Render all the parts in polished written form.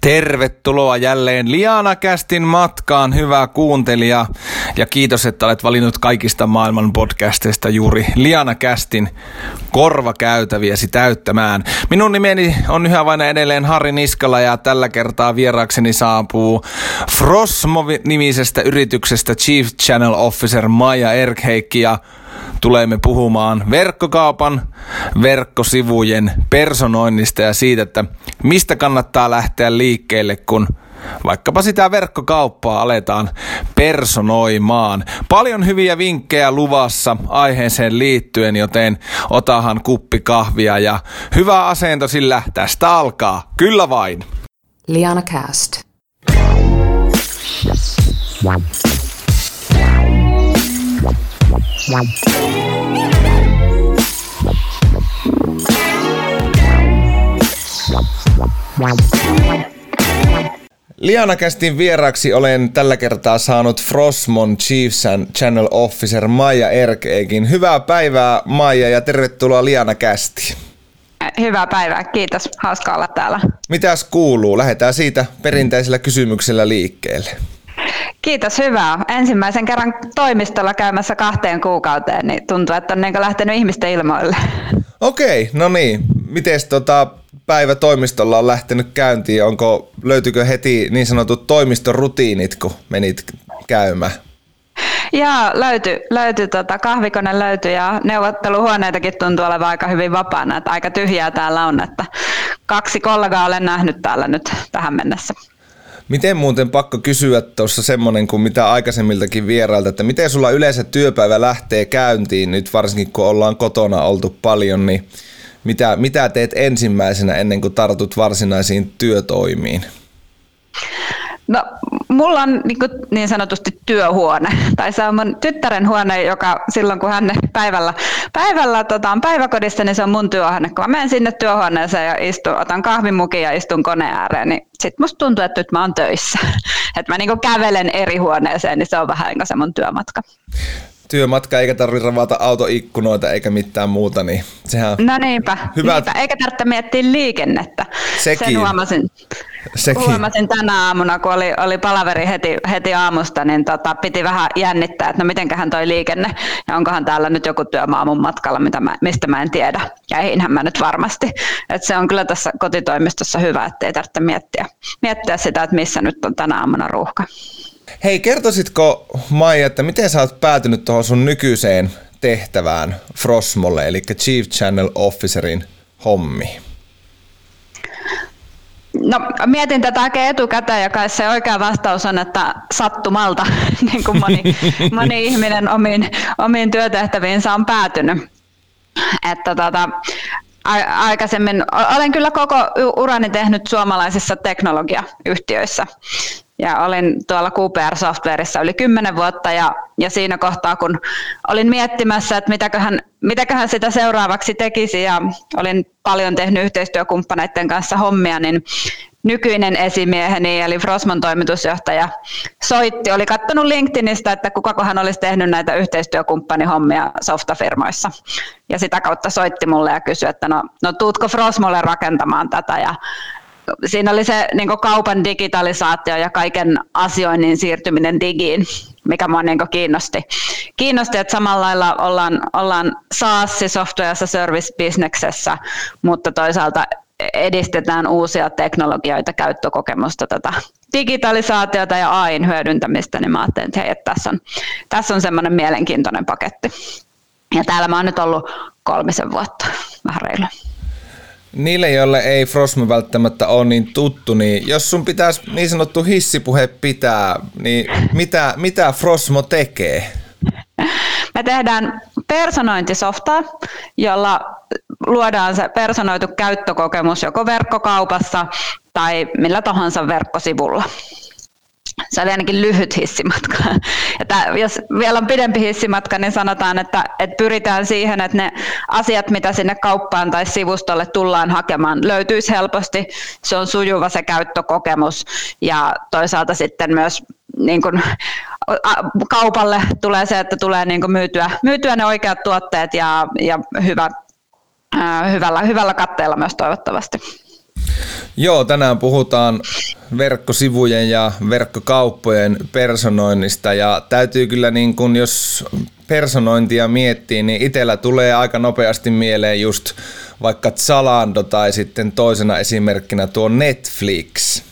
Tervetuloa jälleen LianaCastin matkaan, hyvä kuuntelija, ja kiitos, että olet valinnut kaikista maailman podcasteista juuri LianaCastin korvakäytäviäsi täyttämään. Minun nimeni on yhä vain edelleen Harri Niskala, ja tällä kertaa vieraakseni saapuu Frosmo-nimisestä yrityksestä Chief Channel Officer Maija Erkheikki, ja tulemme puhumaan verkkokaupan, verkkosivujen personoinnista ja siitä, että mistä kannattaa lähteä liikkeelle, kun vaikkapa sitä verkkokauppaa aletaan personoimaan. Paljon hyviä vinkkejä luvassa aiheeseen liittyen, joten otahan kuppi kahvia ja hyvä asento, sillä tästä alkaa. Kyllä vain. LianaCast. LianaCastin vieraaksi olen tällä kertaa saanut Frosmon Chief Channel Officer Maija Erkheikin. Hyvää päivää, Maija, ja tervetuloa LianaCastiin. Hyvää päivää, kiitos. Hauska olla täällä. Mitäs kuuluu? Lähdetään siitä perinteisellä kysymyksellä liikkeelle. Kiitos, hyvää. Ensimmäisen kerran toimistolla käymässä 2 kuukauteen, niin tuntuu, että on niin lähtenyt ihmisten ilmoille. Okei, no niin. Mites päivä toimistolla on lähtenyt käyntiin? Löytyykö heti niin sanotut toimistorutiinit, kun menit käymään? Joo, löytyi kahvikone löytyi ja neuvotteluhuoneitakin tuntuu olevan aika hyvin vapaana, että aika tyhjää täällä on, että 2 kollegaa olen nähnyt täällä nyt tähän mennessä. Miten muuten pakko kysyä tuossa semmoinen kuin mitä aikaisemmiltakin vierailta, että miten sulla yleensä työpäivä lähtee käyntiin nyt, varsinkin kun ollaan kotona oltu paljon, niin mitä teet ensimmäisenä ennen kuin tartut varsinaisiin työtoimiin? No, mulla on niin sanotusti työhuone, tai se on mun tyttären huone, joka silloin kun hän päivällä on päiväkodissa, niin se on mun työhuone. Kun mä menen sinne työhuoneeseen ja otan kahvimukin ja istun koneen ääreen, niin sit musta tuntuu, että nyt mä oon töissä. Että mä kävelen eri huoneeseen, niin se on vähän se mun työmatka. Työmatka eikä tarvitse ravata autoikkunoita eikä mitään muuta, niin sehän on no niinpä. Eikä tarvitse miettiä liikennettä. Sekin. Sen huomasin tänä aamuna, kun oli palaveri heti aamusta, niin piti vähän jännittää, että no mitenköhän toi liikenne, ja onkohan täällä nyt joku työmaa mun matkalla, mistä mä en tiedä, ja eihän mä nyt varmasti. Et se on kyllä tässä kotitoimistossa hyvä, ettei tarvitse miettiä sitä, että missä nyt on tänä aamuna ruuhka. Hei, kertoisitko Maija, että miten sä oot päätynyt tuohon sun nykyiseen tehtävään Frosmolle, eli Chief Channel Officerin hommiin? No, mietin tätä oikein etukäteen, ja kai se oikea vastaus on, että sattumalta, niin kuin moni ihminen omiin työtehtäviinsä on päätynyt. Että aikaisemmin olen kyllä koko urani tehnyt suomalaisissa teknologiayhtiöissä. Ja olin tuolla QPR Softwareissa yli 10 vuotta ja siinä kohtaa, kun olin miettimässä, että mitäköhän sitä seuraavaksi tekisi ja olin paljon tehnyt yhteistyökumppaneiden kanssa hommia, niin nykyinen esimieheni eli Frosmon toimitusjohtaja oli katsonut LinkedInistä, että kukakohan olisi tehnyt näitä yhteistyökumppanihommia softafirmoissa. Ja sitä kautta soitti mulle ja kysyi, että no tuutko Frosmolle rakentamaan tätä, ja siinä oli se kaupan digitalisaatio ja kaiken asioinnin siirtyminen digiin, mikä minua kiinnosti, että samalla lailla ollaan SaaS, software as a service -bisneksessä, mutta toisaalta edistetään uusia teknologioita, käyttökokemusta, tätä digitalisaatiota ja AI:n hyödyntämistä, niin mä ajattelin, että hei, että tässä on semmoinen mielenkiintoinen paketti. Ja täällä mä oon nyt ollut 3 vuotta, vähän reilu. Niille, joille ei Frosmo välttämättä ole niin tuttu, niin jos sun pitäisi niin sanottu hissipuhe pitää, niin mitä Frosmo tekee? Me tehdään personointisoftaa, jolla luodaan se personoitu käyttökokemus joko verkkokaupassa tai millä tahansa verkkosivulla. Se oli ainakin lyhyt hissimatka. Jos vielä on pidempi hissimatka, niin sanotaan, että pyritään siihen, että ne asiat, mitä sinne kauppaan tai sivustolle tullaan hakemaan, löytyisi helposti. Se on sujuva se käyttökokemus ja toisaalta sitten myös niin kuin kaupalle tulee se, että tulee niin kuin myytyä ne oikeat tuotteet ja hyvällä katteella myös toivottavasti. Joo, tänään puhutaan verkkosivujen ja verkkokauppojen personoinnista ja täytyy kyllä niin kun jos personointia miettii, niin itsellä tulee aika nopeasti mieleen just vaikka Zalando tai sitten toisena esimerkkinä tuo Netflix.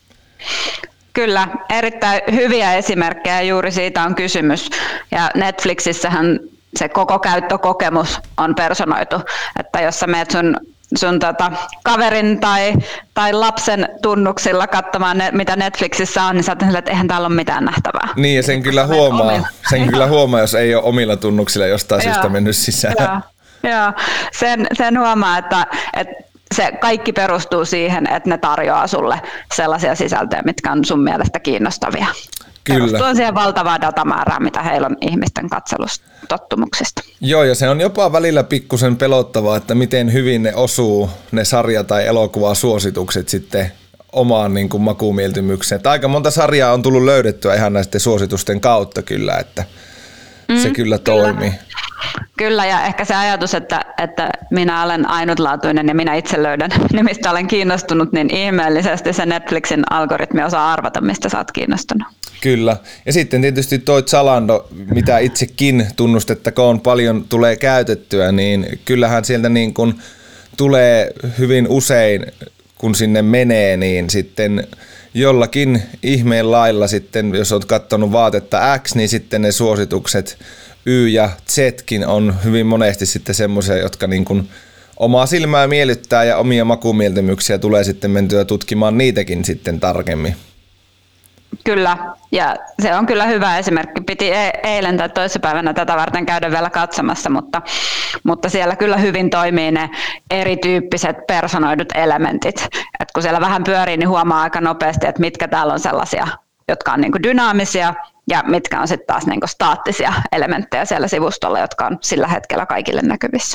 Kyllä, erittäin hyviä esimerkkejä, juuri siitä on kysymys. Ja Netflixissähän se koko käyttökokemus on personoitu, että jos sä meet sun kaverin tai lapsen tunnuksilla katsomaan, mitä Netflixissä on, niin sä oot silleen, että eihän täällä ole mitään nähtävää. Niin, ja sen kyllä huomaa, jos ei ole omilla tunnuksilla jostain syystä mennyt sisään. Joo, sen huomaa, että se kaikki perustuu siihen, että ne tarjoaa sulle sellaisia sisältöjä, mitkä on sun mielestä kiinnostavia. Kyllä. Perustuen siihen valtavaan datamäärään, mitä heillä on ihmisten katselustottumuksista. Joo, ja se on jopa välillä pikkusen pelottavaa, että miten hyvin ne osuu, ne sarja- tai elokuvasuositukset sitten omaan niin kuin makumieltymykseen. Että aika monta sarjaa on tullut löydettyä ihan näisten suositusten kautta kyllä, että se kyllä toimii. Kyllä, ja ehkä se ajatus, että minä olen ainutlaatuinen ja minä itse löydän ne, mistä olen kiinnostunut, niin ihmeellisesti se Netflixin algoritmi osaa arvata, mistä sä oot kiinnostunut. Kyllä, ja sitten tietysti toi Zalando, mitä itsekin tunnustettakoon paljon tulee käytettyä, niin kyllähän sieltä niin kun tulee hyvin usein, kun sinne menee, niin sitten jollakin ihmeen lailla sitten, jos olet katsonut vaatetta X, niin sitten ne suositukset Y ja Zkin on hyvin monesti sitten semmoisia, jotka niin kuin omaa silmää miellyttää ja omia makumieltymyksiä tulee sitten mentyä tutkimaan niitäkin sitten tarkemmin. Kyllä, ja se on kyllä hyvä esimerkki. Piti eilen tai toissapäivänä tätä varten käydä vielä katsomassa, mutta siellä kyllä hyvin toimii ne erityyppiset personoidut elementit. Et kun siellä vähän pyörii, niin huomaa aika nopeasti, että mitkä täällä on sellaisia, jotka on niinku dynaamisia ja mitkä on sitten taas niinku staattisia elementtejä siellä sivustolla, jotka on sillä hetkellä kaikille näkyvissä.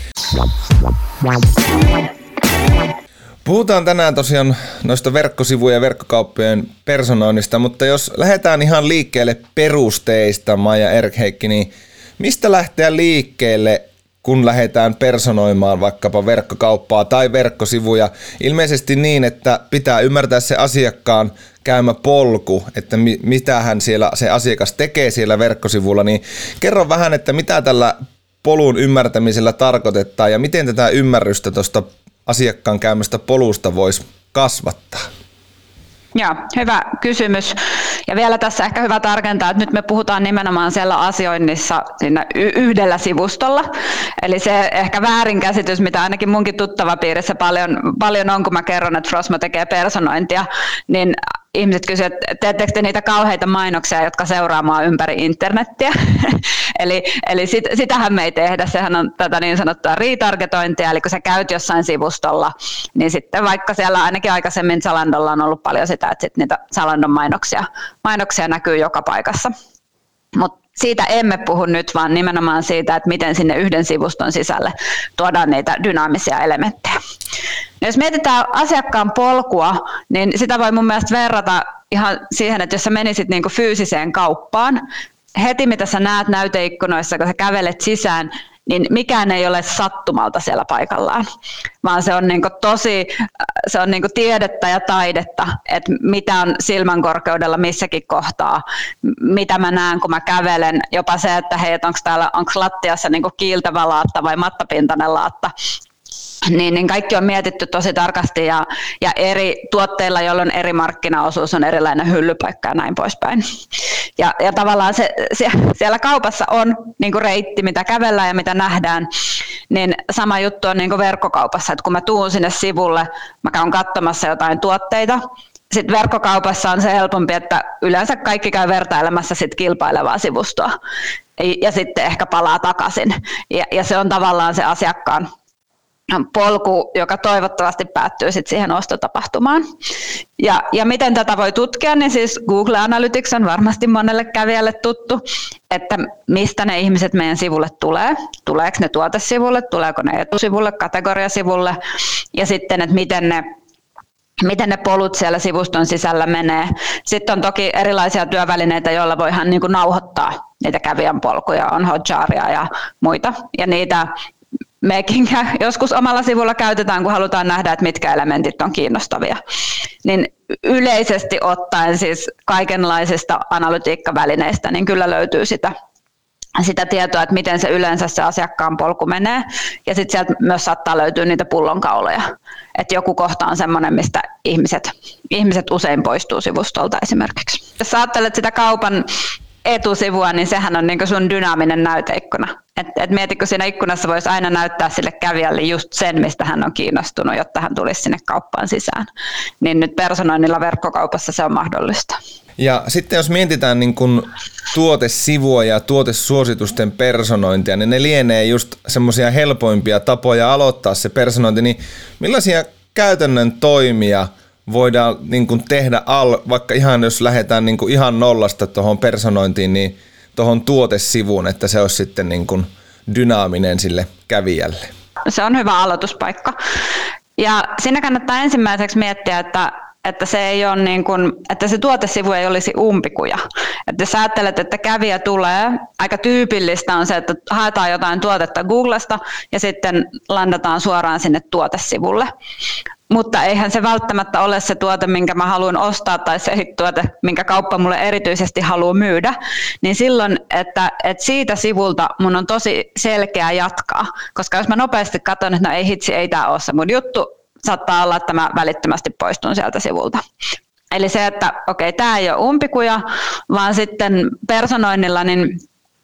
Puhutaan tänään tosiaan noista verkkosivujen ja verkkokauppojen personoinnista, mutta jos lähdetään ihan liikkeelle perusteista, Maija Erkheikki, niin mistä lähteä liikkeelle, kun lähdetään personoimaan vaikkapa verkkokauppaa tai verkkosivuja? Ilmeisesti niin, että pitää ymmärtää se asiakkaan käymä polku, että mitä hän siellä, se asiakas tekee siellä verkkosivulla, niin kerro vähän, että mitä tällä polun ymmärtämisellä tarkoitetaan ja miten tätä ymmärrystä tuosta asiakkaan käymästä polusta voisi kasvattaa? Joo, hyvä kysymys. Ja vielä tässä ehkä hyvä tarkentaa, että nyt me puhutaan nimenomaan siellä asioinnissa siinä yhdellä sivustolla. Eli se ehkä väärinkäsitys, mitä ainakin munkin tuttavapiirissä paljon on, kun mä kerron, että Frosmo tekee personointia, niin ihmiset kysyvät, että teettekö te niitä kauheita mainoksia, jotka seuraamaan ympäri internettiä? eli sitähän me ei tehdä, sehän on tätä niin sanottua retargetointia, eli kun sä käyt jossain sivustolla, niin sitten vaikka siellä ainakin aikaisemmin Zalandolla on ollut paljon sitä, että sit niitä Zalandon mainoksia näkyy joka paikassa. Mutta siitä emme puhu nyt, vaan nimenomaan siitä, että miten sinne yhden sivuston sisälle tuodaan niitä dynaamisia elementtejä. No jos mietitään asiakkaan polkua, niin sitä voi mun mielestä verrata ihan siihen, että jos sä menisit niinku fyysiseen kauppaan, heti mitä sä näet näyteikkunoissa, kun sä kävelet sisään, niin mikään ei ole sattumalta siellä paikallaan, vaan se on niinku tiedettä ja taidetta, että mitä on silmänkorkeudella missäkin kohtaa, mitä mä näen, kun mä kävelen, jopa se, että hei, onko lattiassa niinku kiiltävä laatta vai mattapintainen laatta, niin kaikki on mietitty tosi tarkasti ja eri tuotteilla, jolloin eri markkinaosuus on erilainen hyllypaikka ja näin poispäin. Ja tavallaan siellä kaupassa on niin kuin reitti, mitä kävellään ja mitä nähdään, niin sama juttu on niin kuin verkkokaupassa, että kun mä tuun sinne sivulle, mä käyn katsomassa jotain tuotteita, sitten verkkokaupassa on se helpompi, että yleensä kaikki käy vertailemassa sit kilpailevaa sivustoa ja sitten ehkä palaa takaisin. Ja se on tavallaan se asiakkaan polku, joka toivottavasti päättyy sitten siihen ostotapahtumaan. Ja miten tätä voi tutkia, niin siis Google Analytics on varmasti monelle kävijälle tuttu, että mistä ne ihmiset meidän sivulle tulee. Tuleeko ne tuotesivulle, tuleeko ne etusivulle, kategoriasivulle ja sitten, että miten ne polut siellä sivuston sisällä menee. Sitten on toki erilaisia työvälineitä, joilla voidaan niin kuin nauhoittaa niitä kävijän polkuja, on Hotjaria ja muita, ja niitä mekin joskus omalla sivulla käytetään, kun halutaan nähdä, että mitkä elementit on kiinnostavia. Niin yleisesti ottaen siis kaikenlaisista analytiikkavälineistä, niin kyllä löytyy sitä tietoa, että miten se yleensä se asiakkaan polku menee. Ja sitten sieltä myös saattaa löytyä niitä pullonkauloja. Että joku kohta on semmoinen, mistä ihmiset usein poistuu sivustolta esimerkiksi. Jos ajattelet sitä kaupan etusivua, niin sehän on niinku sun dynaaminen näyteikkuna. Et mietitkö siinä ikkunassa voisi aina näyttää sille kävijälle just sen, mistä hän on kiinnostunut, jotta hän tulisi sinne kauppaan sisään. Niin nyt personoinnilla verkkokaupassa se on mahdollista. Ja sitten jos mietitään niin kun tuotesivua ja tuotesuositusten personointia, niin ne lienee just semmoisia helpoimpia tapoja aloittaa se personointi. Niin millaisia käytännön toimia voidaan niin kun tehdä, vaikka ihan jos lähdetään niin kun ihan nollasta tuohon personointiin, niin tuohon tuotesivuun, että se olisi sitten niin kun dynaaminen sille kävijälle? Se on hyvä aloituspaikka. Ja siinä kannattaa ensimmäiseksi miettiä, että se ei ole niin kuin, että se tuotesivu ei olisi umpikuja. Että jos ajattelet, että kävijä tulee, aika tyypillistä on se, että haetaan jotain tuotetta Googlesta ja sitten landataan suoraan sinne tuotesivulle. Mutta eihän se välttämättä ole se tuote, minkä mä haluan ostaa, tai se tuote, minkä kauppa mulle erityisesti haluaa myydä. Niin silloin, että siitä sivulta mun on tosi selkeä jatkaa. Koska jos mä nopeasti katson, että no ei hitsi, ei tää ole se mun juttu, saattaa olla, että mä välittömästi poistun sieltä sivulta. Eli se, että okei, tämä ei ole umpikuja, vaan sitten personoinnilla, niin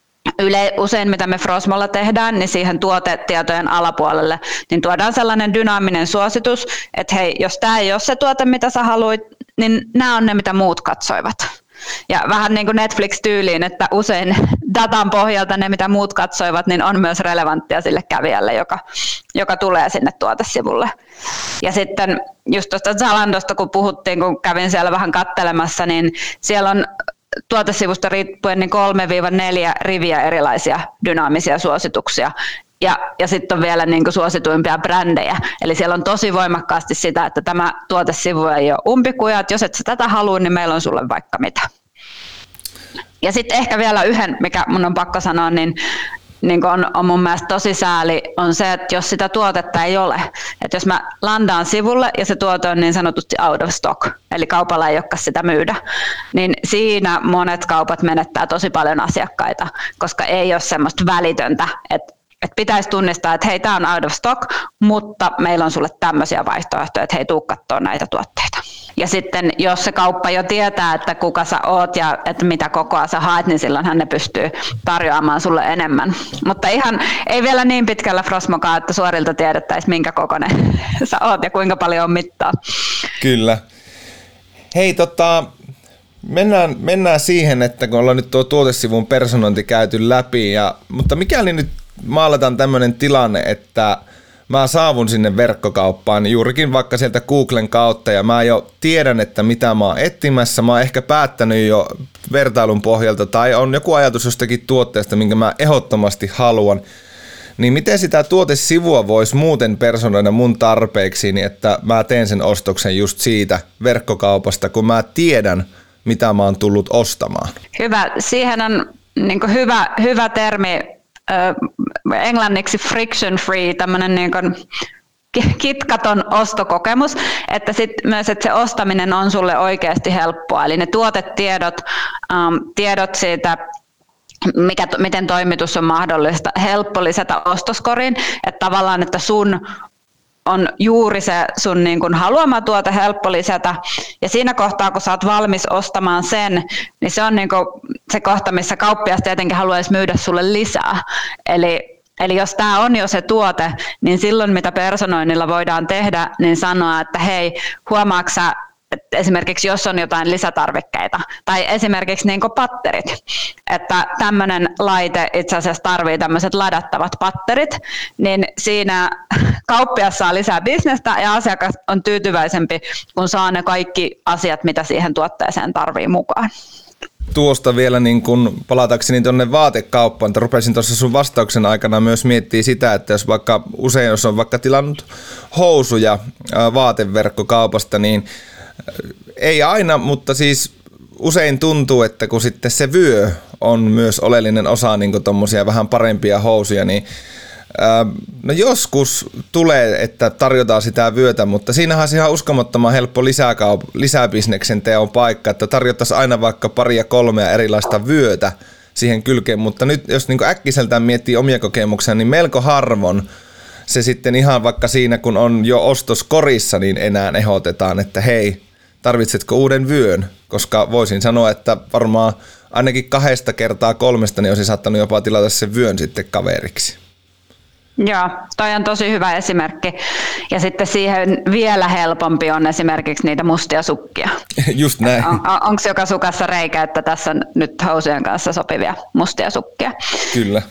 usein mitä me Frosmolla tehdään, niin siihen tuotetietojen alapuolelle, niin tuodaan sellainen dynaaminen suositus, että hei, jos tämä ei ole se tuote, mitä sä haluit, niin nämä on ne, mitä muut katsoivat. Ja vähän niin kuin Netflix-tyyliin, että usein datan pohjalta ne, mitä muut katsoivat, niin on myös relevanttia sille kävijälle, joka tulee sinne tuotesivulle. Ja sitten just tuosta Zalandosta, kun puhuttiin, kun kävin siellä vähän kattelemassa, niin siellä on tuotesivusta riippuen niin 3-4 riviä erilaisia dynaamisia suosituksia. Ja sitten on vielä niin kuin suosituimpia brändejä. Eli siellä on tosi voimakkaasti sitä, että tämä tuotesivu ei ole umpikuja, että jos et sä tätä halua, niin meillä on sulle vaikka mitä. Ja sitten ehkä vielä yhden, mikä mun on pakko sanoa, niin on mun mielestä tosi sääli, on se, että jos sitä tuotetta ei ole. Että jos mä landaan sivulle ja se tuote on niin sanotusti out of stock, eli kaupalla ei olekaan sitä myydä, niin siinä monet kaupat menettää tosi paljon asiakkaita, koska ei ole semmoista välitöntä, että pitäisi tunnistaa, että hei, tämä on out of stock, mutta meillä on sulle tämmöisiä vaihtoehtoja, että hei, tuu kattoo näitä tuotteita. Ja sitten jos se kauppa jo tietää, että kuka sä oot ja että mitä kokoa sä haet, niin silloinhan ne pystyy tarjoamaan sulle enemmän. Mutta ihan ei vielä niin pitkällä Frosmokaan, että suorilta tiedettäisiin, minkä kokoinen sä oot ja kuinka paljon on mittaa. Kyllä. Hei, mennään siihen, että kun ollaan nyt tuo tuotesivun personointi käyty läpi, mutta mikäli nyt maalataan tämmöinen tilanne, että mä saavun sinne verkkokauppaan juurikin vaikka sieltä Googlen kautta ja mä jo tiedän, että mitä mä oon etsimässä, mä oon ehkä päättänyt jo vertailun pohjalta tai on joku ajatus jostakin tuotteesta, minkä mä ehdottomasti haluan, niin miten sitä tuotesivua voisi muuten personoida mun tarpeiksi, niin että mä teen sen ostoksen just siitä verkkokaupasta, kun mä tiedän, mitä mä oon tullut ostamaan. Hyvä. Siihen on niin kuin hyvä termi, englanniksi friction free, tämmöinen niin kuin kitkaton ostokokemus, että sitten myös, että se ostaminen on sulle oikeasti helppoa, eli ne tuotetiedot, tiedot siitä, miten toimitus on mahdollista, helppo lisätä ostoskoriin, että tavallaan, että sun on juuri se sun niin kuin haluama tuote helppo lisätä, ja siinä kohtaa, kun sä oot valmis ostamaan sen, niin se on niin kuin se kohta, missä kauppias tietenkin haluaisi myydä sulle lisää. Eli jos tämä on jo se tuote, niin silloin mitä personoinnilla voidaan tehdä, niin sanoa, että hei, huomaatko sä, että esimerkiksi jos on jotain lisätarvikkeita, tai esimerkiksi niin kuin patterit, että tämmöinen laite itse asiassa tarvitsee tämmöiset ladattavat patterit, niin siinä kauppias saa lisää bisnestä ja asiakas on tyytyväisempi, kun saa ne kaikki asiat, mitä siihen tuotteeseen tarvii mukaan. Tuosta vielä niin kun palatakseni tuonne vaatekauppaan, että rupesin tuossa sun vastauksen aikana myös miettimään sitä, että jos on vaikka tilannut housuja vaateverkkokaupasta, niin ei aina, mutta siis usein tuntuu, että kun sitten se vyö on myös oleellinen osa niin kuin tommosia vähän parempia housuja, niin No joskus tulee, että tarjotaan sitä vyötä, mutta siinähän on ihan uskomattoman helppo lisäbisneksen teon paikka, että tarjottaisiin aina vaikka 2-3 erilaista vyötä siihen kylkeen, mutta nyt jos niin äkkiseltään miettii omia kokemuksia, niin melko harvoin se sitten ihan vaikka siinä, kun on jo ostoskorissa, niin enää ehdotetaan, että hei, tarvitsetko uuden vyön? Koska voisin sanoa, että varmaan ainakin 2-3 niin olisi saattanut jopa tilata sen vyön sitten kaveriksi. Joo, toi on tosi hyvä esimerkki. Ja sitten siihen vielä helpompi on esimerkiksi niitä mustia sukkia. Just näin. Onko joka sukassa reikä, että tässä on nyt housujen kanssa sopivia mustia sukkia? Kyllä.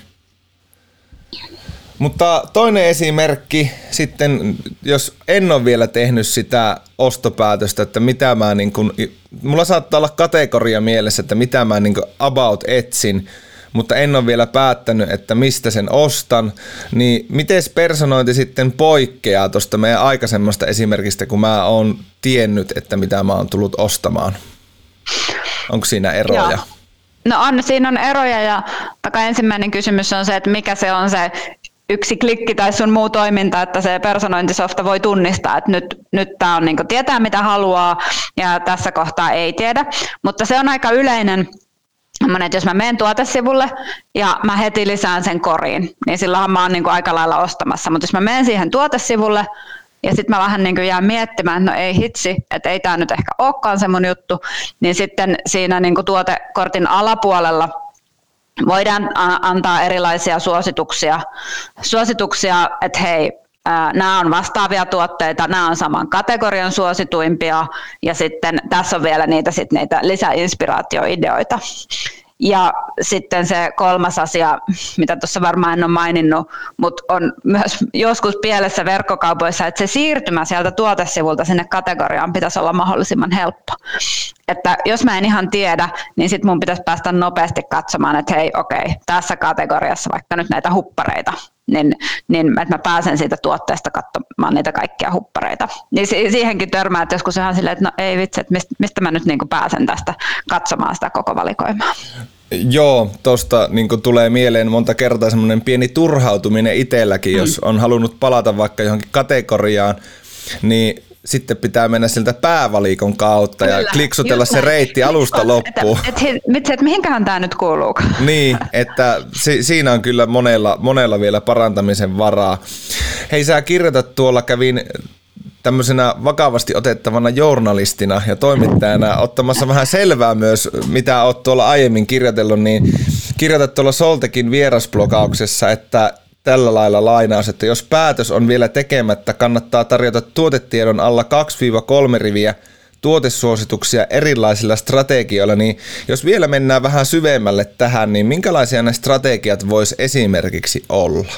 Mutta toinen esimerkki sitten, jos en ole vielä tehnyt sitä ostopäätöstä, että mitä mä niin kuin, mulla saattaa olla kategoria mielessä, että mitä mä niin kuin about etsin, mutta en ole vielä päättänyt, että mistä sen ostan, niin miten personointi sitten poikkeaa tuosta meidän aikaisemmasta esimerkistä, kun mä oon tiennyt, että mitä mä oon tullut ostamaan? Onko siinä eroja? Joo. No siinä on eroja ja ensimmäinen kysymys on se, että mikä se on se yksi klikki tai sun muu toiminta, että se personointisofta voi tunnistaa, että nyt tämä on niinku tietää mitä haluaa ja tässä kohtaa ei tiedä, mutta se on aika yleinen, että jos mä menen tuotesivulle ja mä heti lisään sen koriin, niin silloinhan mä oon niinku aika lailla ostamassa, mutta jos mä menen siihen tuotesivulle ja sitten mä vähän niinku jään miettimään, että no ei hitsi, että ei tämä nyt ehkä olekaan se mun juttu, niin sitten siinä niinku tuotekortin alapuolella voidaan antaa erilaisia suosituksia, että hei, nämä on vastaavia tuotteita, nämä on saman kategorian suosituimpia ja sitten tässä on vielä niitä lisäinspiraatioideoita. Ja sitten se kolmas asia, mitä tuossa varmaan en ole maininnut, mutta on myös joskus pielessä verkkokaupoissa, että se siirtymä sieltä tuotesivulta sinne kategoriaan pitäisi olla mahdollisimman helppo. Että jos mä en ihan tiedä, niin sitten mun pitäisi päästä nopeasti katsomaan, että hei, okei, tässä kategoriassa vaikka nyt näitä huppareita, niin että mä pääsen siitä tuotteesta katsomaan niitä kaikkia huppareita. Niin siihenkin törmää, että joskus ihan silleen, että no ei vitsi, että mistä mä nyt niin kuin pääsen tästä katsomaan sitä koko valikoimaa. Joo, tuosta niin tulee mieleen monta kertaa semmoinen pieni turhautuminen itselläkin, jos on halunnut palata vaikka johonkin kategoriaan, niin sitten pitää mennä siltä päävalikon kautta ja kliksutella se reitti alusta loppuun. Että mihinkähän tämä nyt kuuluu? Niin, että siinä on kyllä monella vielä parantamisen varaa. Hei, sä kirjoitat tuolla, kävin tämmöisenä vakavasti otettavana journalistina ja toimittajana ottamassa vähän selvää myös, mitä oot tuolla aiemmin kirjoitellut, niin kirjoitat tuolla Soltekin vierasblogauksessa, että tällä lailla lainaus, että jos päätös on vielä tekemättä, kannattaa tarjota tuotetiedon alla 2-3 riviä tuotesuosituksia erilaisilla strategioilla, niin jos vielä mennään vähän syvemmälle tähän, niin minkälaisia ne strategiat voisi esimerkiksi olla?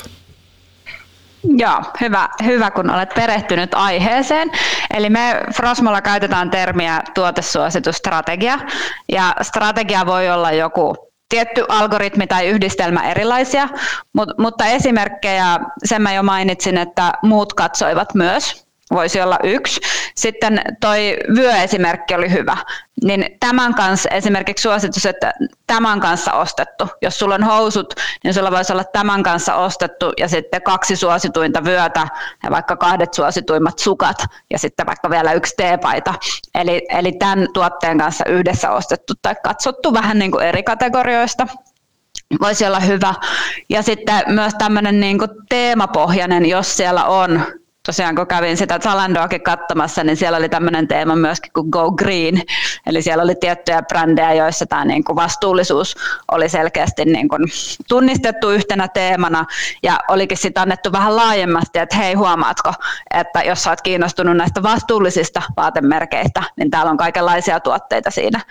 Joo, hyvä kun olet perehtynyt aiheeseen. Eli me Frosmolla käytetään termiä tuotesuositusstrategia, ja strategia voi olla joku tietty algoritmi tai yhdistelmä erilaisia, mutta esimerkkejä, sen mä jo mainitsin, että muut katsoivat myös, voisi olla yksi. Sitten toi vyöesimerkki oli hyvä, niin tämän kanssa esimerkiksi suositus, että tämän kanssa ostettu. Jos sulla on housut, niin sulla voisi olla tämän kanssa ostettu ja sitten 2 suosituinta vyötä ja vaikka 2 suosituimmat sukat ja sitten vaikka vielä 1 teepaita. Eli tämän tuotteen kanssa yhdessä ostettu tai katsottu vähän niin kuin eri kategorioista. Voisi olla hyvä. Ja sitten myös tämmöinen niin kuin teemapohjainen, jos siellä on. Tosiaan kun kävin sitä Zalandoakin katsomassa, niin siellä oli tämmöinen teema myöskin kuin Go Green. Eli siellä oli tiettyjä brändejä, joissa tämä niin kuin vastuullisuus oli selkeästi niin kuin tunnistettu yhtenä teemana. Ja olikin sitten annettu vähän laajemmasti, että hei, huomaatko, että jos olet kiinnostunut näistä vastuullisista vaatemerkeistä, niin täällä on kaikenlaisia tuotteita siinä.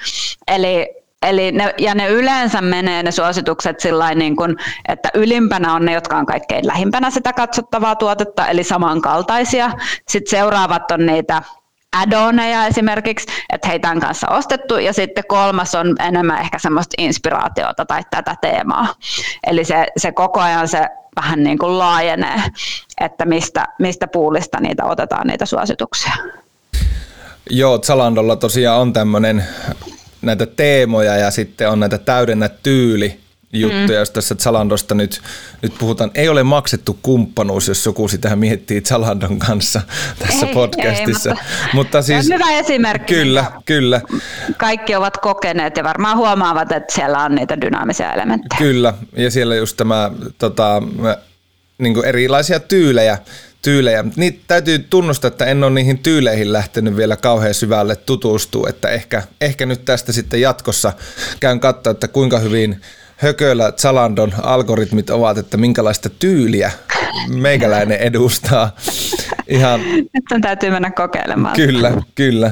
Eli ne yleensä menee ne suositukset sillain niin kuin, että ylimpänä on ne, jotka on kaikkein lähimpänä sitä katsottavaa tuotetta, eli samankaltaisia. Sitten seuraavat on niitä add-oneja esimerkiksi, että hei, tämän kanssa ostettu, ja sitten 3 on enemmän ehkä semmoista inspiraatiota tai tätä teemaa. Eli se koko ajan se vähän niin kuin laajenee, että mistä poolista niitä otetaan niitä suosituksia. Joo, Zalandolla tosiaan on tämmöinen näitä teemoja ja sitten on näitä täydennä tyyli juttuja, jos tässä Zalandosta nyt puhutaan. Ei ole maksettu kumppanuus, jos joku sitä miettii Zalandon kanssa tässä podcastissa. Mutta siis, hyvä esimerkki. Kyllä. Kaikki ovat kokeneet ja varmaan huomaavat, että siellä on niitä dynaamisia elementtejä. Kyllä, ja siellä just tämä niin kuin erilaisia tyylejä. Niitä täytyy tunnustaa, että en ole niihin tyyleihin lähtenyt vielä kauhean syvälle tutustua, että ehkä nyt tästä sitten jatkossa käyn katsoa, että kuinka hyvin hököllä Zalandon algoritmit ovat, että minkälaista tyyliä meikäläinen edustaa. Ihan... Nyt sen täytyy mennä kokeilemaan. Kyllä.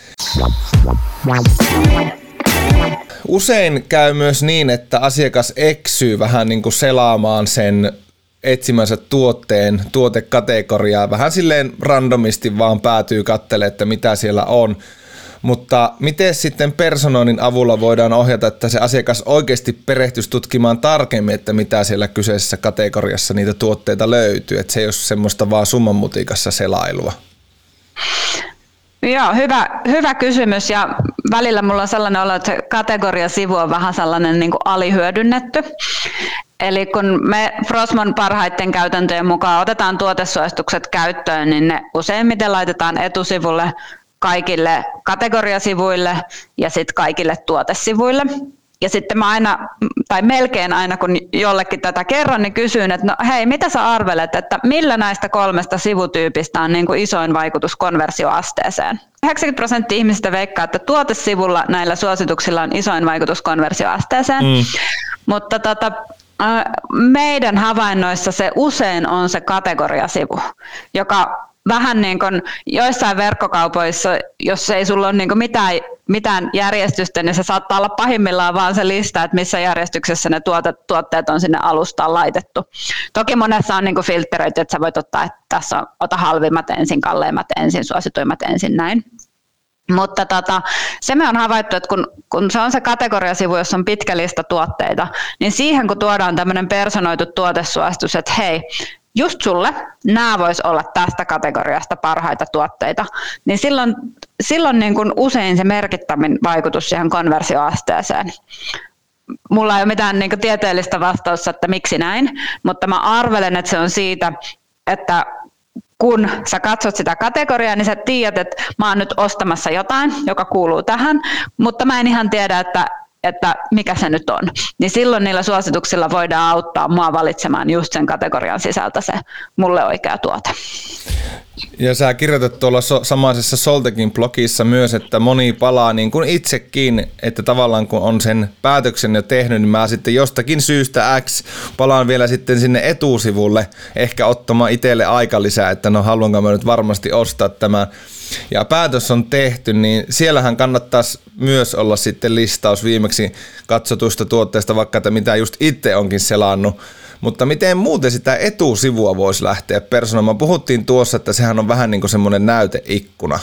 Usein käy myös niin, että asiakas eksyy vähän niin kuin selaamaan sen etsimänsä tuotekategoriaa. Vähän silleen randomisti vaan päätyy katselemaan, että mitä siellä on. Mutta miten sitten personoinnin avulla voidaan ohjata, että se asiakas oikeasti perehtyisi tutkimaan tarkemmin, että mitä siellä kyseisessä kategoriassa niitä tuotteita löytyy, että se ei ole semmoista vaan summanmutikassa selailua? Joo, hyvä kysymys, ja välillä mulla on sellainen olo, että se kategoriasivu on vähän sellainen niin kuin alihyödynnetty. Eli kun me Frosmon parhaiten käytäntöjen mukaan otetaan tuotesuositukset käyttöön, niin ne useimmiten laitetaan etusivulle kaikille kategoriasivuille ja sitten kaikille tuotesivuille. Ja sitten mä aina, tai melkein aina kun jollekin tätä kerron, niin kysyn, että no hei, mitä sä arvelet, että millä näistä 3 sivutyypistä on niin kuin isoin vaikutus konversioasteeseen? 90% ihmisistä veikkaa, että tuotesivulla näillä suosituksilla on isoin vaikutus konversioasteeseen, mutta meidän havainnoissa se usein on se kategoriasivu, joka vähän niin kuin joissain verkkokaupoissa, jos ei sulla ole niin kuin mitään järjestystä, niin se saattaa olla pahimmillaan vaan se lista, että missä järjestyksessä ne tuotteet on sinne alustaan laitettu. Toki monessa on niin kuin filtteröity, että sä voit ottaa, että tässä ota halvimmat ensin, kalleimmat ensin, suosituimmat ensin, näin. Mutta se me on havaittu, että kun se on se kategoriasivu, jossa on pitkä lista tuotteita, niin siihen kun tuodaan tämmöinen personoitu tuotesuositus, että hei, just sulle nämä vois olla tästä kategoriasta parhaita tuotteita, niin silloin niin kuin usein se merkittävin vaikutus siihen konversioasteeseen. Mulla ei ole mitään niin kuin tieteellistä vastausta, että miksi näin, mutta mä arvelen, että se on siitä, että kun sä katsot sitä kategoriaa, niin sä tiedät, että mä oon nyt ostamassa jotain, joka kuuluu tähän, mutta mä en ihan tiedä, että mikä se nyt on. Niin silloin niillä suosituksilla voidaan auttaa mua valitsemaan just sen kategorian sisältä se mulle oikea tuote. Ja sä kirjoitat tuolla samaisessa Soltekin blogissa myös, että moni palaa niin kuin itsekin, että tavallaan kun on sen päätöksen jo tehnyt, niin mä sitten jostakin syystä X palaan vielä sitten sinne etusivulle ehkä ottamaan itselle aika lisää, että no haluanko mä nyt varmasti ostaa tämän. Ja päätös on tehty, niin siellähän kannattaisi myös olla sitten listaus viimeksi katsotuista tuotteista, vaikka että mitä just itse onkin selannut. Mutta miten muuten sitä etusivua voisi lähteä personoimaan? Puhuttiin tuossa, että sehän on vähän niin kuin semmoinen näyteikkuna.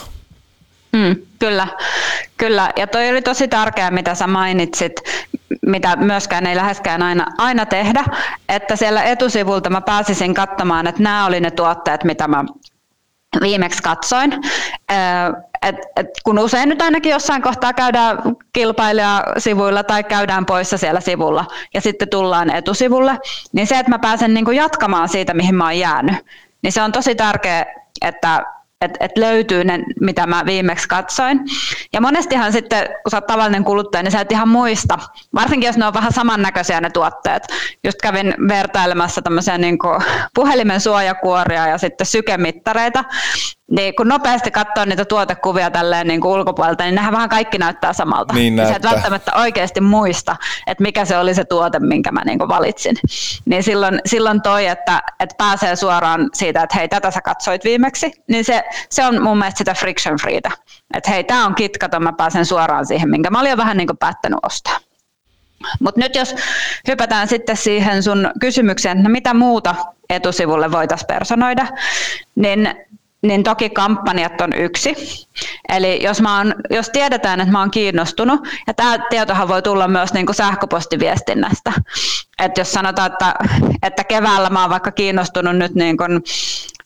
Kyllä. Ja toi oli tosi tärkeää, mitä sä mainitsit, mitä myöskään ei läheskään aina tehdä, että siellä etusivulta mä pääsisin katsomaan, että nämä oli ne tuotteet, mitä mä viimeksi katsoin. Kun usein nyt ainakin jossain kohtaa käydään kilpailijasivuilla tai käydään poissa siellä sivulla ja sitten tullaan etusivulle, niin se, että mä pääsen niin kuin jatkamaan siitä, mihin mä oon jäänyt, niin se on tosi tärkeää, että löytyy ne, mitä mä viimeksi katsoin. Ja monestihan sitten, kun sä oot tavallinen kuluttaja, niin sä et ihan muista, varsinkin jos ne on vähän samannäköisiä ne tuotteet. Just kävin vertailemassa tämmöisiä niin kuin puhelimen suojakuoria ja sitten sykemittareita, niin kun nopeasti katsoo niitä tuotekuvia tälleen niin kuin ulkopuolelta, niin nehän vähän kaikki näyttää samalta. Niin sä et välttämättä oikeasti muista, että mikä se oli se tuote, minkä mä niin kuin valitsin. Niin silloin toi, että pääsee suoraan siitä, että hei, tätä sä katsoit viimeksi, niin se on mun mielestä sitä friction freetä. Että hei, tää on kitkaton, mä pääsen suoraan siihen, minkä mä olin jo vähän niin kuin päättänyt ostaa. Mutta nyt jos hypätään sitten siihen sun kysymykseen, että no mitä muuta etusivulle voitaisiin personoida, niin toki kampanjat on yksi. Eli jos tiedetään, että mä oon kiinnostunut, ja tämä tietohan voi tulla myös niin kuin sähköpostiviestinnästä. Että jos sanotaan, että keväällä mä oon vaikka kiinnostunut nyt niin kuin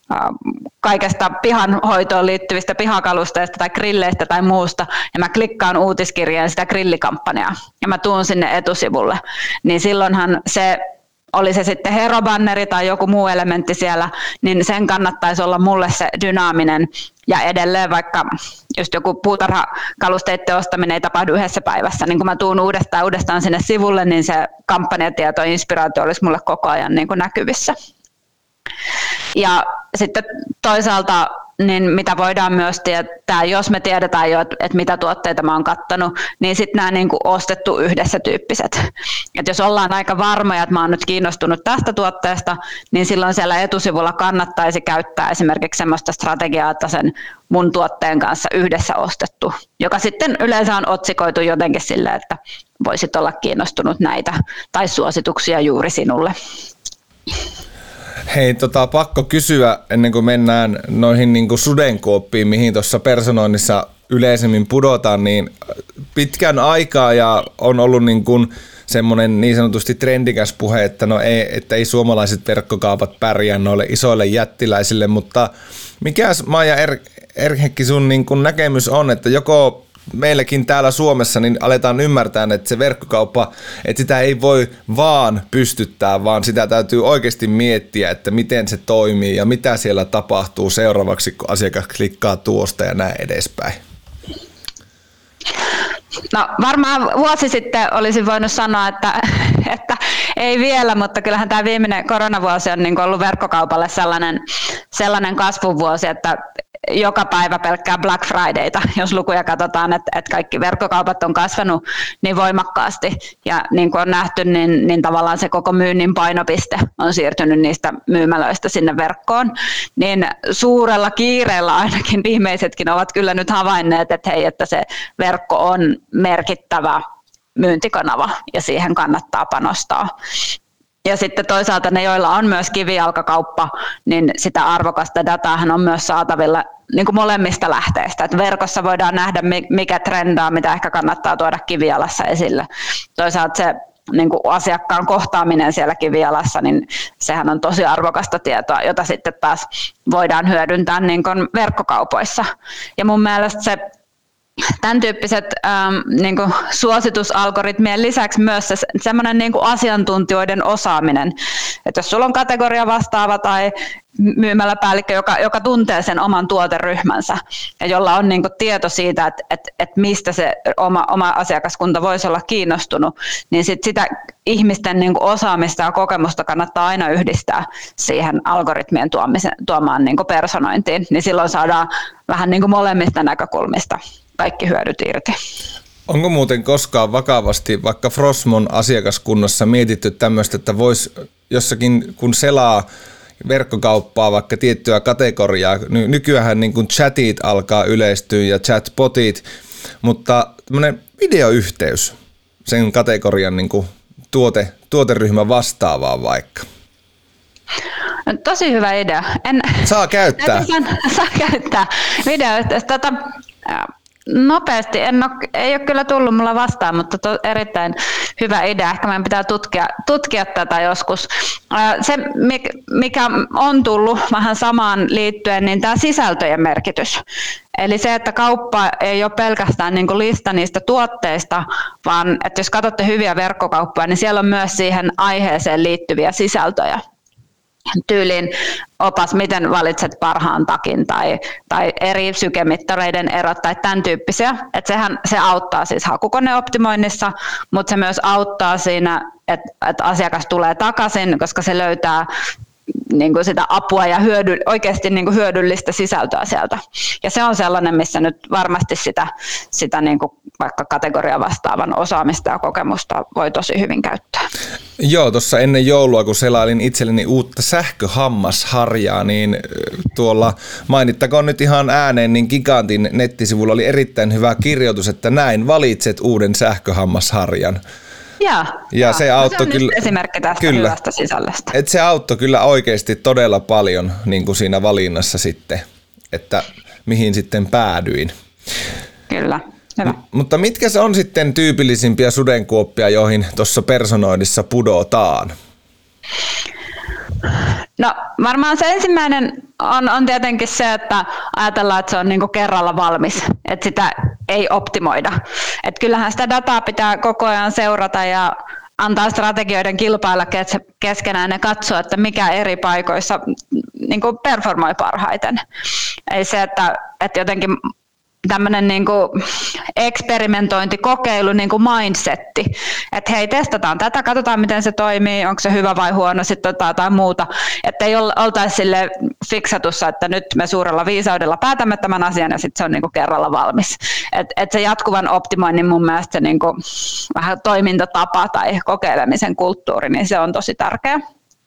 kaikesta pihanhoitoon liittyvistä pihakalusteista tai grilleistä tai muusta, ja mä klikkaan uutiskirjeen sitä grillikampanjaa, ja mä tuun sinne etusivulle, niin silloinhan se, oli se sitten herobanneri tai joku muu elementti siellä, niin sen kannattaisi olla mulle se dynaaminen, ja edelleen vaikka just joku puutarhakalusteiden ostaminen ei tapahdu yhdessä päivässä, niin kun mä tuun uudestaan sinne sivulle, niin se kampanjatieto ja inspiraatio olisi mulle koko ajan niin kuin näkyvissä. Ja sitten toisaalta, niin mitä voidaan myös tietää, jos me tiedetään jo, että mitä tuotteita mä oon kattanut, niin sitten nämä niin kuin ostettu yhdessä tyyppiset. Et jos ollaan aika varmoja, että mä oon nyt kiinnostunut tästä tuotteesta, niin silloin siellä etusivulla kannattaisi käyttää esimerkiksi sellaista strategiaa, että sen mun tuotteen kanssa yhdessä ostettu, joka sitten yleensä on otsikoitu jotenkin silleen, että voisit olla kiinnostunut näitä tai suosituksia juuri sinulle. Hei, pakko kysyä ennen kuin mennään noihin niin kuin sudenkuoppiin, mihin tuossa personoinnissa yleisemmin pudotaan, niin pitkän aikaa ja on ollut niin kuin semmoinen niin sanotusti trendikäs puhe, että että ei suomalaiset verkkokaupat pärjää noille isoille jättiläisille, mutta mikäs Maija Erhekki sun niin kuin näkemys on, että joko meilläkin täällä Suomessa niin aletaan ymmärtää, että se verkkokauppa, että sitä ei voi vaan pystyttää, vaan sitä täytyy oikeasti miettiä, että miten se toimii ja mitä siellä tapahtuu seuraavaksi, kun asiakas klikkaa tuosta ja näin edespäin. No varmaan vuosi sitten olisin voinut sanoa, että ei vielä, mutta kyllähän tämä viimeinen koronavuosi on niin kuin ollut verkkokaupalle sellainen kasvuvuosi, että joka päivä pelkkää Black Fridayta, jos lukuja katsotaan, että kaikki verkkokaupat on kasvanut niin voimakkaasti. Ja niin kuin on nähty, niin tavallaan se koko myynnin painopiste on siirtynyt niistä myymälöistä sinne verkkoon. Niin suurella kiireellä ainakin viimeisetkin ovat kyllä nyt havainneet, että hei, että se verkko on merkittävä myyntikanava ja siihen kannattaa panostaa. Ja sitten toisaalta ne, joilla on myös kivijalkakauppa, niin sitä arvokasta dataahan on myös saatavilla niin kuin molemmista lähteistä. Et verkossa voidaan nähdä, mikä trendaa, mitä ehkä kannattaa tuoda kivijalassa esille. Toisaalta se niin kuin asiakkaan kohtaaminen siellä kivijalassa, niin sehän on tosi arvokasta tietoa, jota sitten taas voidaan hyödyntää niin kuin verkkokaupoissa. Ja mun mielestä se tämän tyyppiset niin kuin suositusalgoritmien lisäksi myös se semmoinen niin kuin asiantuntijoiden osaaminen, että jos sulla on kategoria vastaava tai myymäläpäällikkö, joka tuntee sen oman tuoteryhmänsä ja jolla on niin kuin tieto siitä, että mistä se oma asiakaskunta voisi olla kiinnostunut, niin sitä ihmisten niin kuin osaamista ja kokemusta kannattaa aina yhdistää siihen algoritmien tuomaan niin kuin personointiin, niin silloin saadaan vähän niin kuin molemmista näkökulmista kaikki hyödyt irti. Onko muuten koskaan vakavasti vaikka Frosmon asiakaskunnassa mietitty tämmöistä, että voisi jossakin, kun selaa verkkokauppaa vaikka tiettyä kategoriaa, nykyään niin kuin chatit alkaa yleistyä ja chatbotit, mutta tämmöinen videoyhteys sen kategorian niin kuin tuoteryhmän vastaavaa vaikka. Tosi hyvä idea. Saa käyttää. Saa käyttää videoyhteystä. Nopeasti, ei ole kyllä tullut mulla vastaan, mutta erittäin hyvä idea. Ehkä meidän pitää tutkia tätä joskus. Se, mikä on tullut vähän samaan liittyen, niin tämä sisältöjen merkitys. Eli se, että kauppa ei ole pelkästään niin kuin lista niistä tuotteista, vaan että jos katsotte hyviä verkkokauppoja, niin siellä on myös siihen aiheeseen liittyviä sisältöjä. Tyyliin opas, miten valitset parhaan takin tai eri sykemittareiden erot tai tämän tyyppisiä. Se auttaa siis hakukoneoptimoinnissa, mutta se myös auttaa siinä, että asiakas tulee takaisin, koska se löytää niin kuin sitä apua ja oikeasti niin kuin hyödyllistä sisältöä sieltä. Ja se on sellainen, missä nyt varmasti sitä niin kuin vaikka kategoria vastaavan osaamista ja kokemusta voi tosi hyvin käyttää. Joo, tuossa ennen joulua, kun selailin itselleni uutta sähköhammasharjaa, niin tuolla mainittakoon nyt ihan ääneen, niin Gigantin nettisivulla oli erittäin hyvä kirjoitus, että näin valitset uuden sähköhammasharjan. Ja se auttoi kyllä esimerkki tästä hyvästä sisällöstä. Et se auttoi kyllä oikeasti todella paljon niin kuin siinä valinnassa sitten, että mihin sitten päädyin. Kyllä. Hyvä. Mutta mitkä se on sitten tyypillisimpiä sudenkuoppia, joihin tuossa personoinnissa pudotaan? No varmaan se ensimmäinen on tietenkin se, että ajatellaan, että se on niinku kerralla valmis, että sitä ei optimoida. Et kyllähän sitä dataa pitää koko ajan seurata ja antaa strategioiden kilpailla keskenään ja katsoa, että mikä eri paikoissa niinku performoi parhaiten. Ei se, että jotenkin tämmöinen niinku eksperimentointi, kokeilu, niinku mindsetti, että hei, testataan tätä, katsotaan miten se toimii, onko se hyvä vai huono, sitten jotain muuta, että ei oltaisi sille fiksatussa, että nyt me suurella viisaudella päätämme tämän asian ja sitten se on niinku kerralla valmis. Et se jatkuvan optimoinnin mun mielestä se niinku vähän toimintatapa tai kokeilemisen kulttuuri, niin se on tosi tärkeä.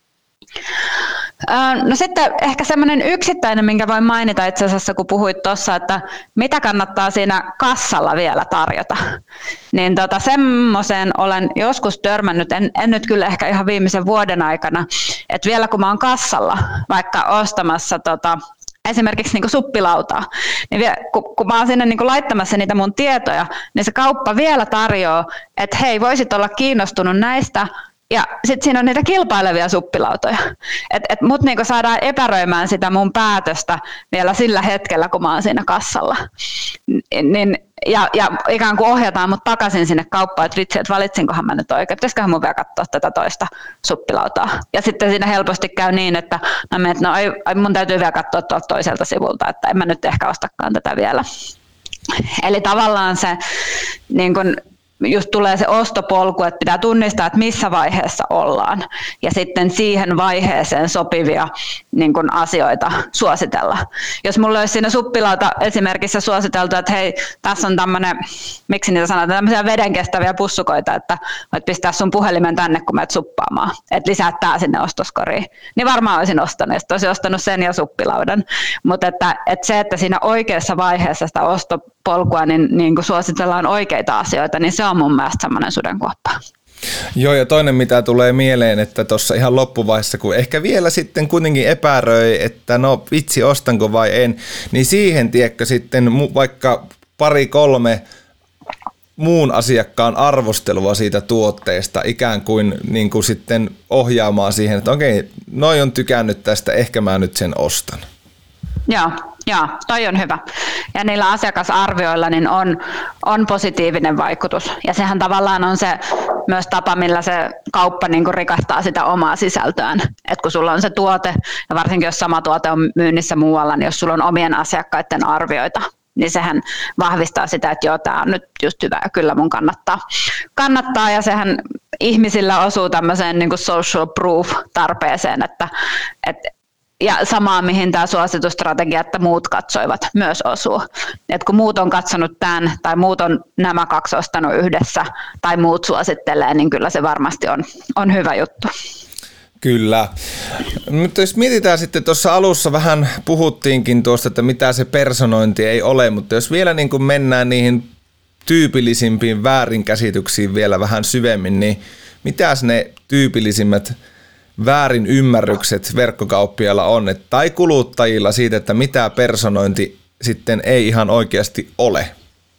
No sitten ehkä semmoinen yksittäinen, minkä voin mainita itse asiassa, kun puhuit tuossa, että mitä kannattaa siinä kassalla vielä tarjota. Niin semmoiseen olen joskus törmännyt, en nyt kyllä ehkä ihan viimeisen vuoden aikana, että vielä kun mä oon kassalla vaikka ostamassa esimerkiksi niin kuin suppilautaa, niin kun mä oon sinne niin kuin laittamassa niitä mun tietoja, niin se kauppa vielä tarjoaa, että hei, voisit olla kiinnostunut näistä. Ja sitten siinä on niitä kilpailevia suppilautoja. Et mut niinku saadaan epäröimään sitä mun päätöstä vielä sillä hetkellä, kun mä oon siinä kassalla. Ja ikään kuin ohjataan mut takaisin sinne kauppaan, että vitsi, että valitsinkohan mä nyt oikein. Pitäisiköhän mun vielä katsoa tätä toista suppilautaa. Ja sitten siinä helposti käy niin, että mun täytyy vielä katsoa tuolta toiselta sivulta, että en mä nyt ehkä ostakaan tätä vielä. Eli tavallaan se niin kun, just tulee se ostopolku, että pitää tunnistaa, että missä vaiheessa ollaan ja sitten siihen vaiheeseen sopivia niin kun asioita suositella. Jos mulla olisi siinä suppilauta esimerkissä suositeltu, että hei, tässä on tämmöinen, miksi niitä sanotaan, tämmöisiä vedenkestäviä pussukoita, että voit pistää sun puhelimen tänne, kun menet suppaamaan, että lisää tää sinne ostoskoriin, niin varmaan olisin ostanut, ja olisin ostanut sen ja suppilaudan. Mutta että se, että siinä oikeassa vaiheessa sitä ostopolkua niin kun suositellaan oikeita asioita, niin se on mun mielestä semmoinen sudenkuoppa. Joo, ja toinen mitä tulee mieleen, että tuossa ihan loppuvaiheessa, kun ehkä vielä sitten kuitenkin epäröi, että no vitsi, ostanko vai en, niin siihen tiedätkö sitten vaikka 2-3 muun asiakkaan arvostelua siitä tuotteesta ikään kuin, niin kuin sitten ohjaamaan siihen, että okei, noi on tykännyt tästä, ehkä mä nyt sen ostan. Joo, toi on hyvä. Ja niillä asiakasarvioilla niin on positiivinen vaikutus. Ja sehän tavallaan on se myös tapa, millä se kauppa niin kuin rikastaa sitä omaa sisältöään. Et kun sulla on se tuote, ja varsinkin jos sama tuote on myynnissä muualla, niin jos sulla on omien asiakkaiden arvioita, niin sehän vahvistaa sitä, että joo, tämä on nyt just hyvä ja kyllä mun kannattaa. Ja sehän ihmisillä osuu tämmöiseen niin kuin social proof-tarpeeseen, ja samaa, mihin tämä suositusstrategia, että muut katsoivat, myös osuu. Et kun muut on katsonut tämän, tai muut on nämä 2 ostanut yhdessä, tai muut suosittelee, niin kyllä se varmasti on hyvä juttu. Kyllä. Mutta jos mietitään sitten tuossa alussa vähän puhuttiinkin tuosta, että mitä se personointi ei ole, mutta jos vielä niin kuin mennään niihin tyypillisimpiin väärinkäsityksiin vielä vähän syvemmin, niin mitäs ne tyypillisimmät väärin ymmärrykset verkkokauppiailla on, tai kuluttajilla siitä, että mitä personointi sitten ei ihan oikeasti ole?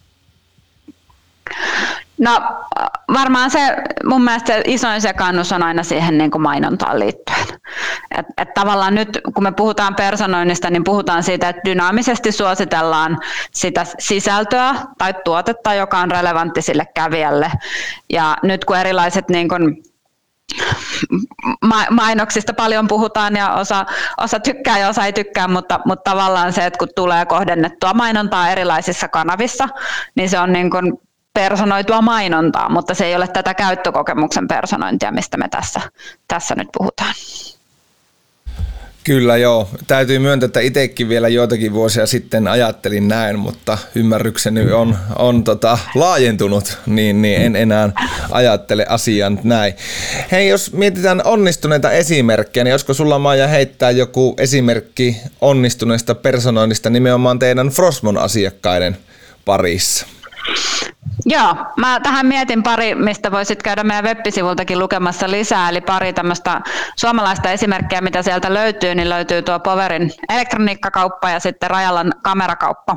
No varmaan se mun mielestä se isoin sekannus on aina siihen niin kuin mainontaan liittyen. Et tavallaan nyt kun me puhutaan personoinnista, niin puhutaan siitä, että dynaamisesti suositellaan sitä sisältöä tai tuotetta, joka on relevantti sille kävijälle. Ja nyt kun erilaiset niin kuin mainoksista paljon puhutaan ja osa tykkää ja osa ei tykkää, mutta tavallaan se, että kun tulee kohdennettua mainontaa erilaisissa kanavissa, niin se on niin kuin personoitua mainontaa, mutta se ei ole tätä käyttökokemuksen personointia, mistä me tässä nyt puhutaan. Kyllä joo. Täytyy myöntää, että itsekin vielä joitakin vuosia sitten ajattelin näin, mutta ymmärrykseni on laajentunut, niin en enää ajattele asian näin. Hei, jos mietitään onnistuneita esimerkkejä, niin olisiko sulla, Maija, heittää joku esimerkki onnistuneesta personoinnista nimenomaan teidän Frostmon asiakkaiden parissa? Joo, mä tähän mietin pari, mistä voisit käydä meidän web-sivultakin lukemassa lisää, eli pari tämmöistä suomalaista esimerkkiä, mitä sieltä löytyy, niin löytyy tuo Powerin elektroniikkakauppa ja sitten Rajalan kamerakauppa.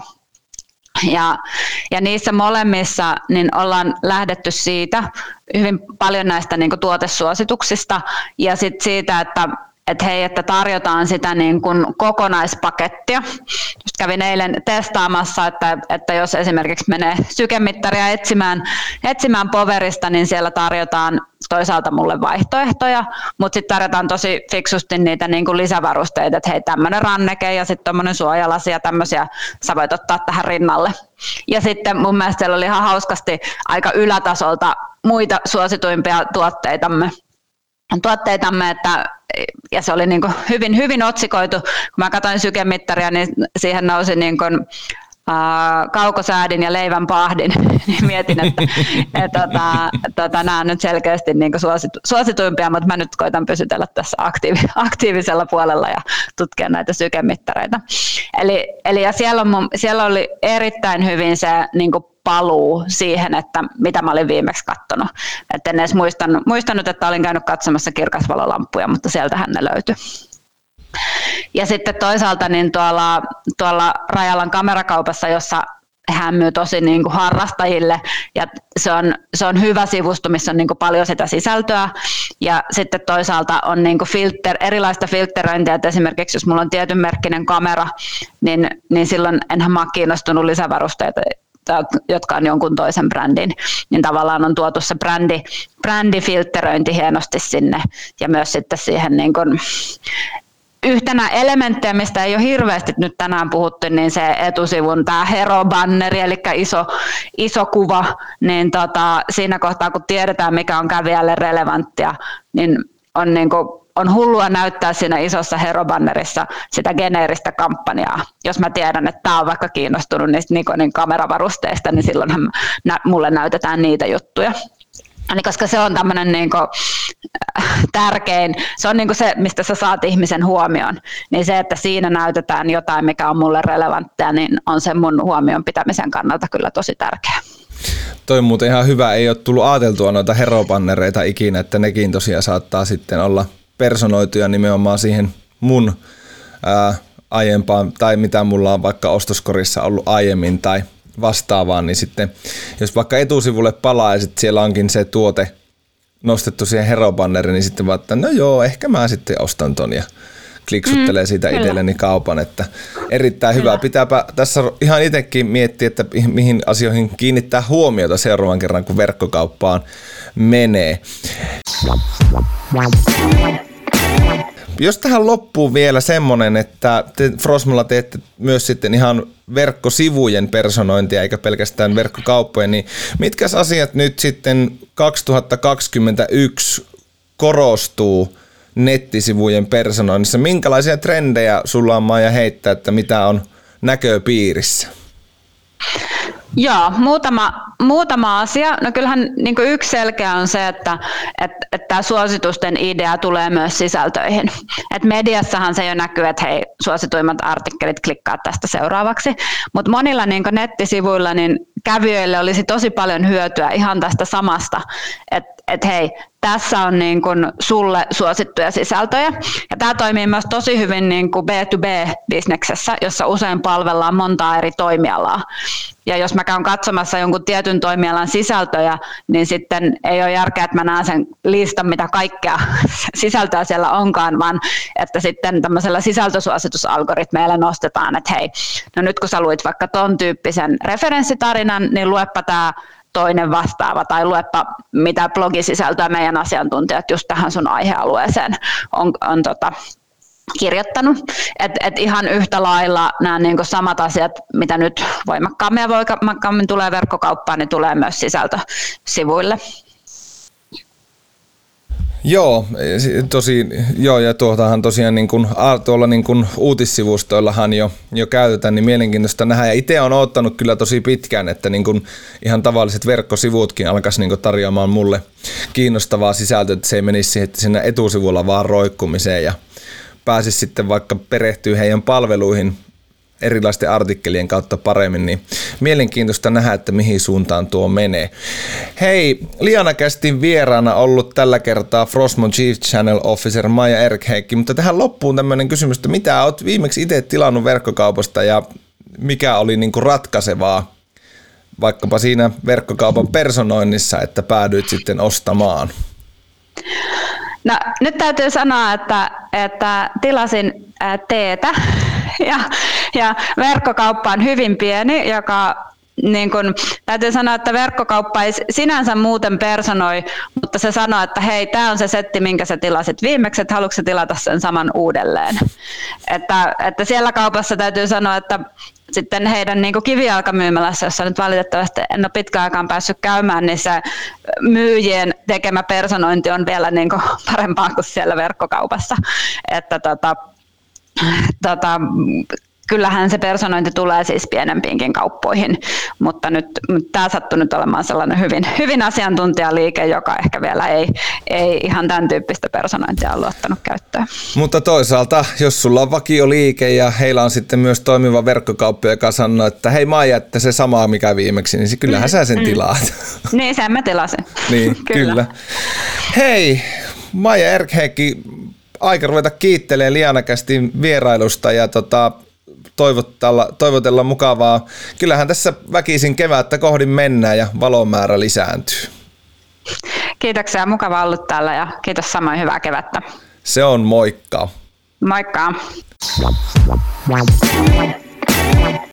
Ja niissä molemmissa niin ollaan lähdetty siitä hyvin paljon näistä niin kuin tuotesuosituksista ja sitten siitä, että että hei, että tarjotaan sitä niin kuin kokonaispakettia. Just kävin eilen testaamassa, että jos esimerkiksi menee sykemittaria etsimään Powerista, niin siellä tarjotaan toisaalta mulle vaihtoehtoja, mutta sitten tarjotaan tosi fiksusti niitä niin kuin lisävarusteita, että hei, tämmöinen ranneke ja sitten tommoinen suojalasi ja tämmöisiä sä voit ottaa tähän rinnalle. Ja sitten mun mielestä siellä oli ihan hauskasti aika ylätasolta muita suosituimpia tuotteitamme, ja se oli niin kuin hyvin, hyvin otsikoitu. Kun mä katsoin sykemittaria, niin siihen nousi niin kuin, kaukosäädin ja leivän pahdin, niin mietin, että nämä on nyt selkeästi niin kuin suosituimpia, mutta mä nyt koitan pysytellä tässä aktiivisella puolella ja tutkia näitä sykemittareita. Eli ja siellä oli erittäin hyvin se niin kuin paluu siihen, että mitä mä olin viimeksi katsonut. Et en edes muistanut, että olin käynyt katsomassa kirkasvalolamppuja, mutta sieltähän ne löytyi. Ja sitten toisaalta niin tuolla Rajalan kamerakaupassa, jossa hän myy tosi niin kuin harrastajille, ja se on hyvä sivusto, missä on niin kuin paljon sitä sisältöä, ja sitten toisaalta on niin kuin erilaista filtteröintiä, että esimerkiksi jos mulla on tietyn merkkinen kamera, niin silloin enhän mä ole kiinnostunut lisävarusteita, jotka on jonkun toisen brändin, niin tavallaan on tuotu se brändifiltteröinti hienosti sinne, ja myös sitten siihen niin kuin yhtenä elementtejä, mistä ei ole hirveästi nyt tänään puhuttu, niin se etusivun tämä hero-banneri, eli iso kuva, niin siinä kohtaa, kun tiedetään, mikä on kävijälle relevanttia, niin on hullua näyttää siinä isossa hero-bannerissa sitä geneeristä kampanjaa. Jos mä tiedän, että tämä on vaikka kiinnostunut niistä Nikonin kameravarusteista, niin silloinhan mulle näytetään niitä juttuja. Eli koska se on tämmöinen niin kuin tärkein, se on niin kuin se, mistä sä saat ihmisen huomioon, niin se, että siinä näytetään jotain, mikä on mulle relevanttia, niin on se mun huomion pitämisen kannalta kyllä tosi tärkeä. Toi muuten ihan hyvä, ei ole tullut ajateltua noita hero-bannereita ikinä, että nekin tosiaan saattaa sitten olla personoituja nimenomaan siihen mun aiempaan, tai mitä mulla on vaikka ostoskorissa ollut aiemmin tai vastaavaan, niin sitten jos vaikka etusivulle palaa ja sitten siellä onkin se tuote nostettu siihen hero-banneriin, niin sitten vaan, että no joo, ehkä mä sitten ostan ton ja kliksuttelee siitä itselleni kaupan, että erittäin hyvä. Pitääpä tässä ihan itsekin miettiä, että mihin asioihin kiinnittää huomiota seuraavan kerran, kun verkkokauppaan menee. Jos tähän loppuu vielä semmoinen, että te Frosmolla teette myös sitten ihan verkkosivujen personointia eikä pelkästään verkkokauppoja, niin mitkä asiat nyt sitten 2021 korostuu nettisivujen personoinnissa? Minkälaisia trendejä sulla on, Maija, heittää, että mitä on näköpiirissä? Joo, muutama asia. No kyllähän niin kuin yksi selkeä on se, että tämä suositusten idea tulee myös sisältöihin. Et mediassahan se jo näkyy, että hei, suosituimmat artikkelit klikkaa tästä seuraavaksi. Mutta monilla niin kuin nettisivuilla niin kävijöille olisi tosi paljon hyötyä ihan tästä samasta, että hei, tässä on niin kuin sulle suosittuja sisältöjä. Ja tämä toimii myös tosi hyvin niin kuin B2B-bisneksessä, jossa usein palvellaan montaa eri toimialaa. Ja jos mä käyn katsomassa jonkun tietyn toimialan sisältöjä, niin sitten ei ole järkeä, että mä näen sen listan, mitä kaikkea sisältöä siellä onkaan, vaan että sitten tämmöisellä sisältösuositusalgoritmeilla nostetaan, että hei, no nyt kun sä luit vaikka ton tyyppisen referenssitarinan, niin luepa tämä toinen vastaava, tai luepa mitä blogisisältöä meidän asiantuntijat just tähän sun aihealueeseen on kirjoittanut. Et ihan yhtä lailla nämä niinku samat asiat, mitä nyt voimakkaammin tulee verkkokauppaan, niin tulee myös sisältösivuille. Joo, ja tuotahan tosiaan tuolla uutissivustoillahan jo käytetään, niin mielenkiintoista nähdä. Ja itse olen odottanut kyllä tosi pitkään, että ihan tavalliset verkkosivutkin alkaisi tarjoamaan mulle kiinnostavaa sisältöä, että se ei menisi siihen, että siinä etusivulla vaan roikkumiseen ja pääsisi sitten vaikka perehtyä heidän palveluihin erilaisten artikkelien kautta paremmin, niin mielenkiintoista nähdä, että mihin suuntaan tuo menee. Hei, Liana Castin vieraana ollut tällä kertaa Frosmon Chief Channel Officer Maija Erkheikki, mutta tähän loppuun tämmöinen kysymys, että mitä olet viimeksi itse tilannut verkkokaupasta ja mikä oli ratkaisevaa vaikkapa siinä verkkokaupan personoinnissa, että päädyit sitten ostamaan? No nyt täytyy sanoa, että tilasin teetä ja verkkokauppa on hyvin pieni, joka niin kun, täytyy sanoa, että verkkokauppa ei sinänsä muuten personoi, mutta se sanoo, että hei, tämä on se setti, minkä sä tilasit viimeksi, että haluatko sä tilata sen saman uudelleen. Että siellä kaupassa täytyy sanoa, että sitten heidän niin kuin kivijalkamyymälässä, jossa nyt valitettavasti en ole pitkään aikaan päässyt käymään, niin se myyjien tekemä personointi on vielä niin kuin parempaa kuin siellä verkkokaupassa. Että kyllähän se personointi tulee siis pienempiinkin kauppoihin, mutta nyt tämä sattui nyt olemaan sellainen hyvin asiantuntijaliike, joka ehkä vielä ei ihan tämän tyyppistä personointia ole ottanut käyttöön. Mutta toisaalta, jos sulla on vakioliike ja heillä on sitten myös toimiva verkkokauppa, joka sanoo, että hei Maija, että se samaa mikä viimeksi, niin kyllähän sä sen tilaat. Niin, sen mä tilasin. Niin, kyllä. Hei, Maija Erkheikki, aika ruveta kiittelemään LianaCastin vierailusta ja toivotella mukavaa. Kyllähän tässä väkisin kevättä kohdin mennään ja valomäärä lisääntyy. Kiitoksia, mukava ollut täällä ja kiitos samoin, hyvää kevättä. Se on, moikka. Moikka.